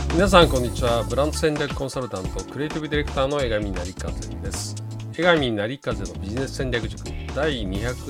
皆さんこんにちは。ブランド戦略コンサルタントクリエイティブディレクターの江上成和です。江上成和のビジネス戦略塾第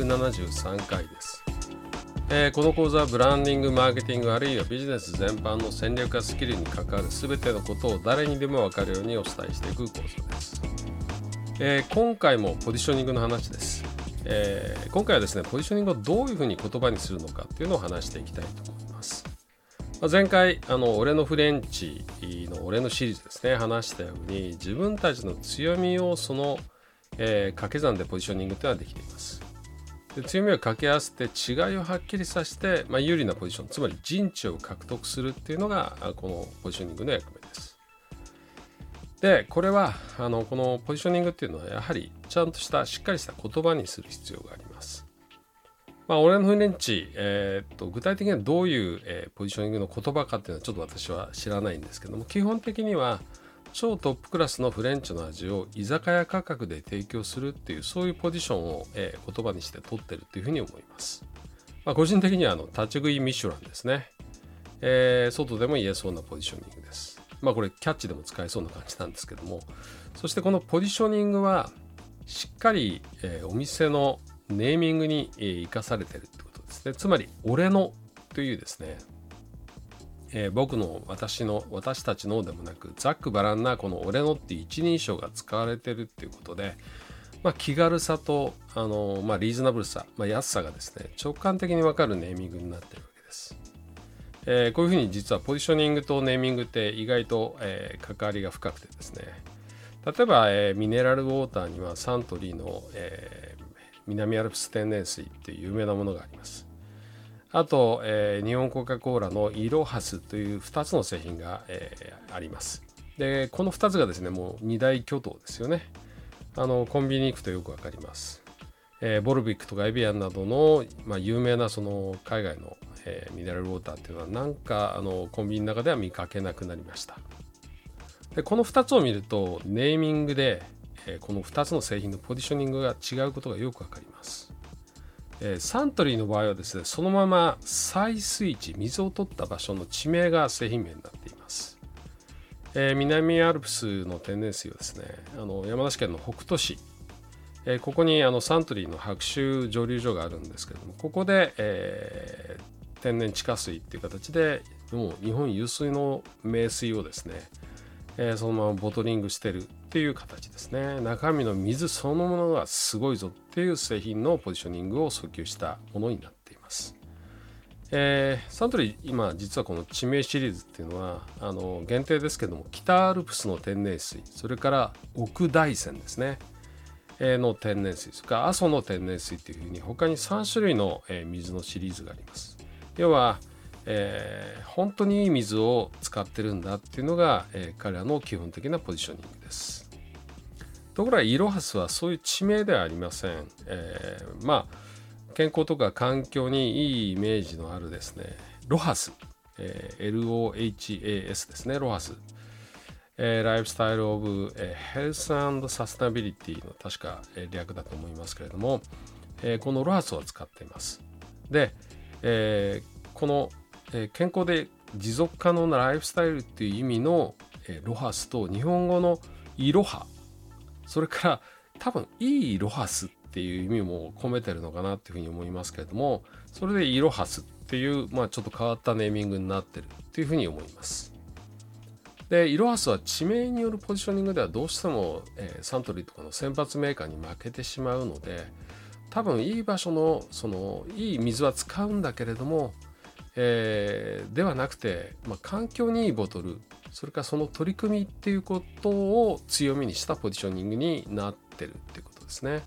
273回です。この講座はブランディング、マーケティングあるいはビジネス全般の戦略やスキルに関わる全てのことを誰にでも分かるようにお伝えしていく講座です。今回もポジショニングの話です。今回はですね、ポジショニングをどういうふうに言葉にするのかっていうのを話していきたいと思います。前回俺のフレンチの俺のシリーズですね、話したように自分たちの強みをその、掛け算でポジショニングというのはできています。で、強みを掛け合わせて違いをはっきりさせて、有利なポジション、つまり陣地を獲得するっていうのがこのポジショニングの役目です。で、これはこのポジショニングっていうのはやはりちゃんとしたしっかりした言葉にする必要があります。俺のフレンチ、具体的にはどういう、ポジショニングの言葉かっていうのはちょっと私は知らないんですけども、基本的には超トップクラスのフレンチの味を居酒屋価格で提供するっていうそういうポジションを、言葉にして取ってるっていうふうに思います。個人的には立ち食いミシュランですね、外でも言えそうなポジショニングです。これキャッチでも使えそうな感じなんですけども、そしてこのポジショニングはしっかり、お店のネーミングに生かされているってことですね。つまり俺のというですね、僕の私たちのでもなくざっくばらんなこの俺のっていう一人称が使われているっていうことで、気軽さとリーズナブルさ、安さがですね直感的に分かるネーミングになっているわけです。こういうふうに実はポジショニングとネーミングって意外と、関わりが深くてですね、例えば、ミネラルウォーターにはサントリーの、南アルプス天然水っていう有名なものがあります。あと、日本コカ・コーラのイロハスという2つの製品が、あります。で、この2つがですねもう二大巨頭ですよね。コンビニに行くとよくわかります。ボルビックとかエビアンなどの、有名なその海外の、ミネラルウォーターっていうのはなんかコンビニの中では見かけなくなりました。で、この2つを見るとネーミングでこの2つの製品のポジショニングが違うことがよくわかります。サントリーの場合はですね、そのまま採水地、水を取った場所の地名が製品名になっています。南アルプスの天然水はですね、山梨県の北杜市、ここにサントリーの白州蒸留所があるんですけれども、ここで、天然地下水っていう形でもう日本有数の名水をですね、そのままボトリングしてるっていう形ですね。中身の水そのものがすごいぞっていう製品のポジショニングを訴求したものになっています。サントリー今実はこの地名シリーズっていうのは限定ですけども、北アルプスの天然水、それから奥大山ですね、の天然水、それから阿蘇の天然水っていうふうに他に3種類の、水のシリーズがあります。要は本当にいい水を使ってるんだっていうのが、彼らの基本的なポジショニングです。ところがイロハスはそういう地名ではありません。健康とか環境にいいイメージのあるですね、ロハス、LOHAS ですね、ロハス、ライフスタイルオブ、ヘルス&サステナビリティの確か、略だと思いますけれども、このロハスを使っています。で、この健康で持続可能なライフスタイルっていう意味のロハスと日本語のイロハ、それから多分いいロハスっていう意味も込めてるのかなっていうふうに思いますけれども、それでイロハスっていう、ちょっと変わったネーミングになってるっていうふうに思います。で、イロハスは地名によるポジショニングではどうしても、サントリーとかの先発メーカーに負けてしまうので、多分いい場所のそのいい水は使うんだけれども、ではなくて、環境にいいボトル、それからその取り組みっていうことを強みにしたポジショニングになってるっていうことですね。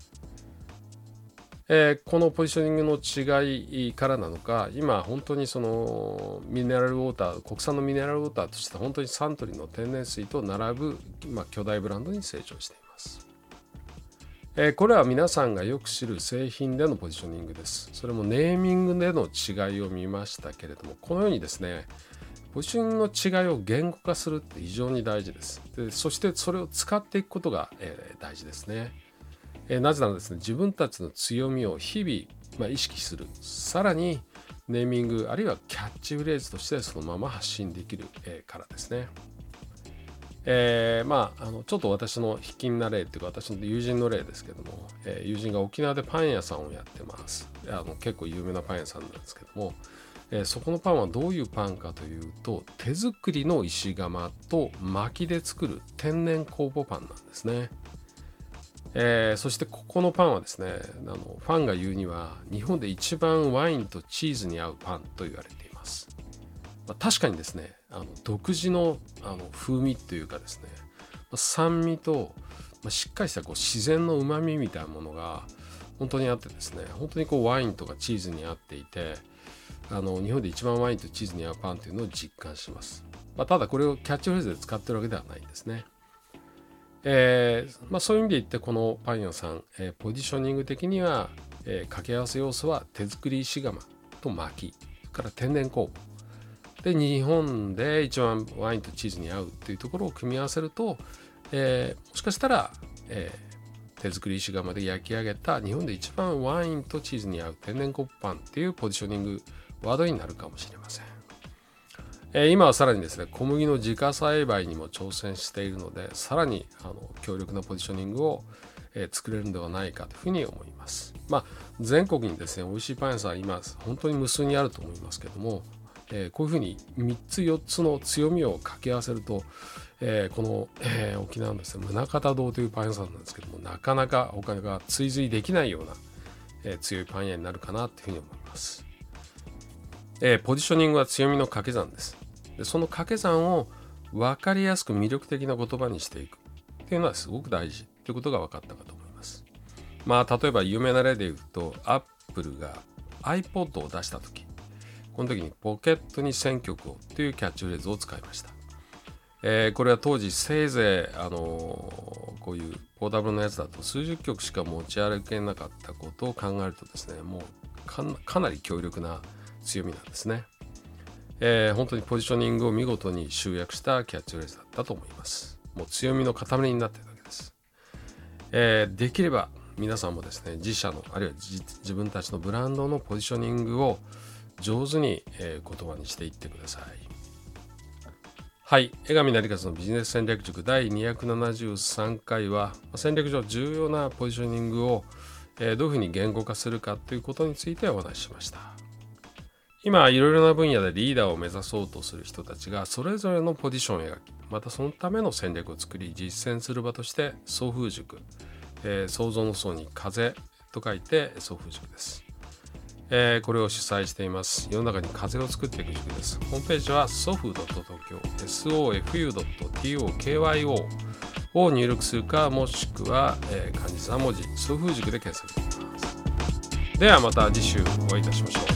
このポジショニングの違いからなのか、今本当にそのミネラルウォーター、国産のミネラルウォーターとして本当にサントリーの天然水と並ぶ、巨大ブランドに成長しています。これは皆さんがよく知る製品でのポジショニングです。それもネーミングでの違いを見ましたけれども、このようにですね、ポジショニングの違いを言語化するって非常に大事です。そしてそれを使っていくことが、大事ですね。なぜならですね、自分たちの強みを日々、意識する。さらにネーミングあるいはキャッチフレーズとしてそのまま発信できる、からですね。ちょっと私の卑近な例というか私の友人の例ですけども、友人が沖縄でパン屋さんをやってます。結構有名なパン屋さんなんですけども、そこのパンはどういうパンかというと、手作りの石窯と薪で作る天然酵母パンなんですね。そしてここのパンはですね、ファンが言うには日本で一番ワインとチーズに合うパンと言われています。確かにですね、独自の風味というかですね、酸味と、しっかりした自然の旨味みたいなものが本当にあってですね、本当にワインとかチーズに合っていて、日本で一番ワインとチーズに合うパンというのを実感します。ただこれをキャッチフレーズで使ってるわけではないんですね。そういう意味で言ってこのパン屋さん、ポジショニング的には、掛け合わせ要素は手作り石窯と薪、それから天然酵母で、日本で一番ワインとチーズに合うっていうところを組み合わせると、もしかしたら、手作り石窯で焼き上げた日本で一番ワインとチーズに合う天然酵母パンっていうポジショニングワードになるかもしれません。今はさらにですね、小麦の自家栽培にも挑戦しているので、さらに強力なポジショニングを、作れるのではないかというふうに思います。全国にですね、美味しいパン屋さん今本当に無数にあると思いますけども、こういうふうに3つ4つの強みを掛け合わせると、この、沖縄のですね、宗像堂というパン屋さんなんですけども、なかなか他が追随できないような、強いパン屋になるかなというふうに思います。ポジショニングは強みの掛け算です。でその掛け算を分かりやすく魅力的な言葉にしていくっていうのはすごく大事ということが分かったかと思います。例えば有名な例で言うと、アップルが iPod を出した時、この時にポケットに1000曲をというキャッチフレーズを使いました。これは当時せいぜいこういうポータブルのやつだと数十曲しか持ち歩けなかったことを考えるとですね、もうかなり強力な強みなんですね。本当にポジショニングを見事に集約したキャッチフレーズだったと思います。もう強みの塊になっているわけです。できれば皆さんもですね、自社のあるいは自分たちのブランドのポジショニングを上手に、言葉にしていってください。はい、江上成勝のビジネス戦略塾第273回は戦略上重要なポジショニングを、どういうふうに言語化するかということについてお話ししました。今いろいろな分野でリーダーを目指そうとする人たちがそれぞれのポジションを描き、またそのための戦略を作り実践する場として創風塾、創造の創に風と書いて創風塾です。これを主催しています。世の中に風を作っていく塾です。ホームページは sofu.tokyo sofu.tokyo を入力するか、もしくは、漢字3文字創風塾で検索できます。ではまた次週お会いいたしましょう。